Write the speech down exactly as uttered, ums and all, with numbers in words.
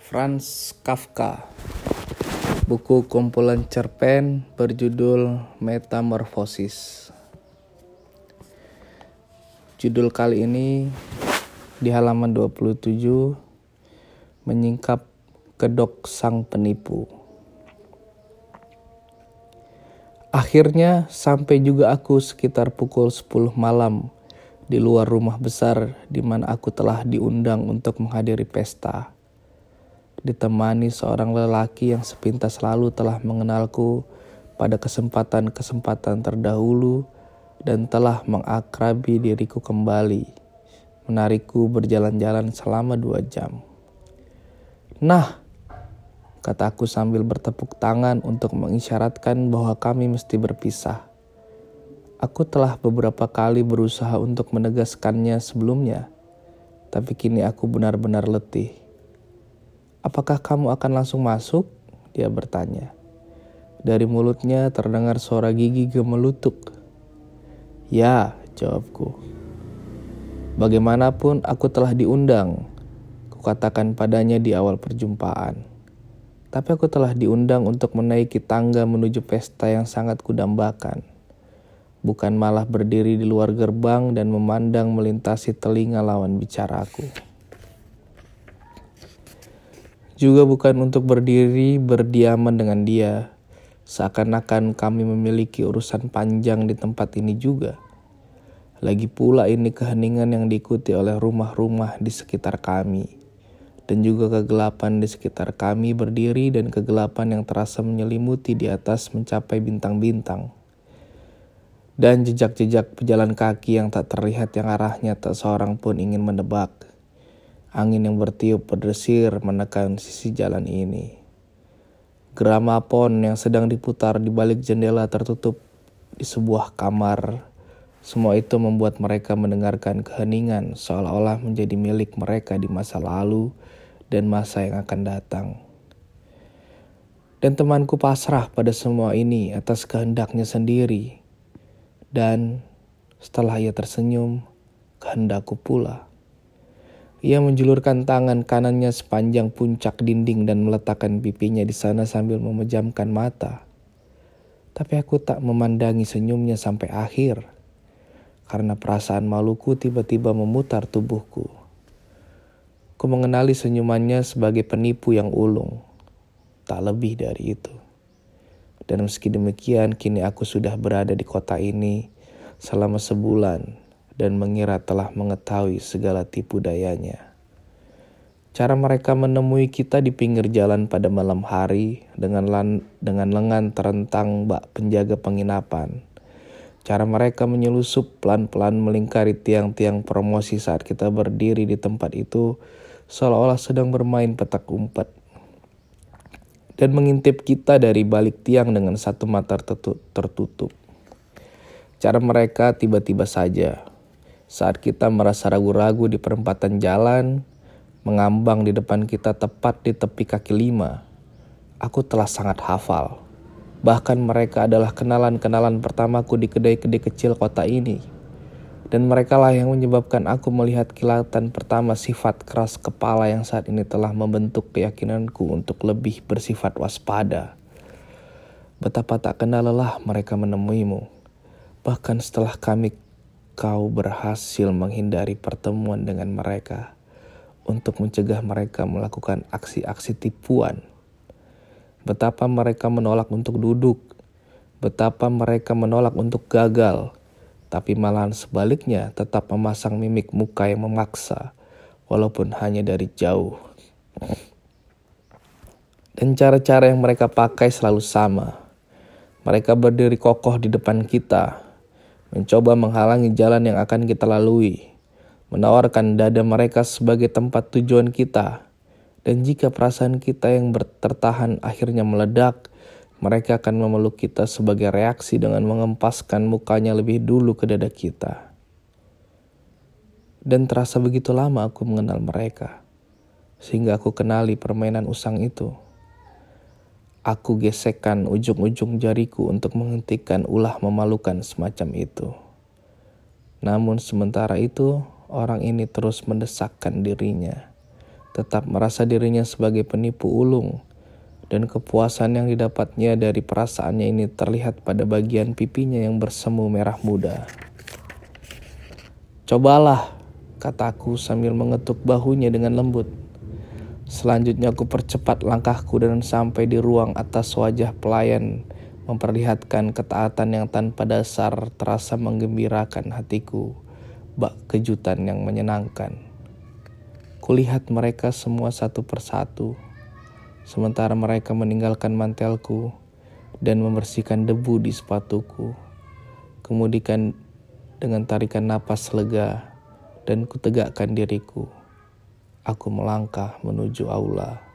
Franz Kafka. Buku kumpulan cerpen berjudul Metamorfosis. Judul kali ini di halaman dua puluh tujuh, menyingkap kedok sang penipu. Akhirnya sampai juga aku sekitar pukul sepuluh malam di luar rumah besar di mana aku telah diundang untuk menghadiri pesta. Ditemani seorang lelaki yang sepintas lalu telah mengenalku pada kesempatan-kesempatan terdahulu dan telah mengakrabi diriku kembali, menarikku berjalan-jalan selama dua jam. Nah, kataku sambil bertepuk tangan untuk mengisyaratkan bahwa kami mesti berpisah. Aku telah beberapa kali berusaha untuk menegaskannya sebelumnya, tapi kini aku benar-benar letih. "Apakah kamu akan langsung masuk?" dia bertanya. Dari mulutnya terdengar suara gigi gemelutuk. "Ya," jawabku. "Bagaimanapun aku telah diundang," kukatakan padanya di awal perjumpaan. Tapi aku telah diundang untuk menaiki tangga menuju pesta yang sangat kudambakan. Bukan malah berdiri di luar gerbang dan memandang melintasi telinga lawan bicaraku. Juga bukan untuk berdiri berdiaman dengan dia, seakan-akan kami memiliki urusan panjang di tempat ini juga. Lagi pula ini keheningan yang diikuti oleh rumah-rumah di sekitar kami, dan juga kegelapan di sekitar kami berdiri dan kegelapan yang terasa menyelimuti di atas mencapai bintang-bintang. Dan jejak-jejak pejalan kaki yang tak terlihat yang arahnya tak seorang pun ingin menebak. Angin yang bertiup berdesir menekan sisi jalan ini. Gramafon yang sedang diputar di balik jendela tertutup di sebuah kamar. Semua itu membuat mereka mendengarkan keheningan seolah-olah menjadi milik mereka di masa lalu dan masa yang akan datang. Dan temanku pasrah pada semua ini atas kehendaknya sendiri. Dan setelah ia tersenyum, kehendakku pula. Ia menjulurkan tangan kanannya sepanjang puncak dinding dan meletakkan pipinya di sana sambil memejamkan mata. Tapi aku tak memandangi senyumnya sampai akhir, karena perasaan maluku tiba-tiba memutar tubuhku. Ku mengenali senyumannya sebagai penipu yang ulung, tak lebih dari itu. Dan meski demikian, kini aku sudah berada di kota ini selama sebulan, dan mengira telah mengetahui segala tipu dayanya. Cara mereka menemui kita di pinggir jalan pada malam hari dengan lan, dengan lengan terentang bak penjaga penginapan. Cara mereka menyelusup pelan-pelan melingkari tiang-tiang promosi saat kita berdiri di tempat itu seolah-olah sedang bermain petak umpet. Dan mengintip kita dari balik tiang dengan satu mata tertutup. Cara mereka tiba-tiba saja. Saat kita merasa ragu-ragu di perempatan jalan, mengambang di depan kita tepat di tepi kaki lima. Aku telah sangat hafal. Bahkan mereka adalah kenalan-kenalan pertamaku di kedai-kedai kecil kota ini. Dan merekalah yang menyebabkan aku melihat kilatan pertama sifat keras kepala yang saat ini telah membentuk keyakinanku untuk lebih bersifat waspada. Betapa tak kenal lelah mereka menemuimu. Bahkan setelah kami kau berhasil menghindari pertemuan dengan mereka untuk mencegah mereka melakukan aksi-aksi tipuan. Betapa mereka menolak untuk duduk, betapa mereka menolak untuk gagal, tapi malahan sebaliknya tetap memasang mimik muka yang memaksa, walaupun hanya dari jauh. Dan cara-cara yang mereka pakai selalu sama. Mereka berdiri kokoh di depan kita, mencoba menghalangi jalan yang akan kita lalui, menawarkan dada mereka sebagai tempat tujuan kita. Dan jika perasaan kita yang tertahan akhirnya meledak, mereka akan memeluk kita sebagai reaksi dengan mengempaskan mukanya lebih dulu ke dada kita. Dan terasa begitu lama aku mengenal mereka, sehingga aku kenali permainan usang itu. Aku gesekkan ujung-ujung jariku untuk menghentikan ulah memalukan semacam itu. Namun sementara itu, orang ini terus mendesakkan dirinya. tetap merasa dirinya sebagai penipu ulung, dan kepuasan yang didapatnya dari perasaannya ini terlihat pada bagian pipinya yang bersemu merah muda. "Cobalah," kataku sambil mengetuk bahunya dengan lembut. Selanjutnya aku percepat langkahku dan sampai di ruang atas wajah pelayan memperlihatkan ketaatan yang tanpa dasar terasa menggembirakan hatiku, bak kejutan yang menyenangkan. Kulihat mereka semua satu persatu, sementara mereka meninggalkan mantelku dan membersihkan debu di sepatuku. Kemudian dengan tarikan napas lega dan kutegakkan diriku, aku melangkah menuju aula.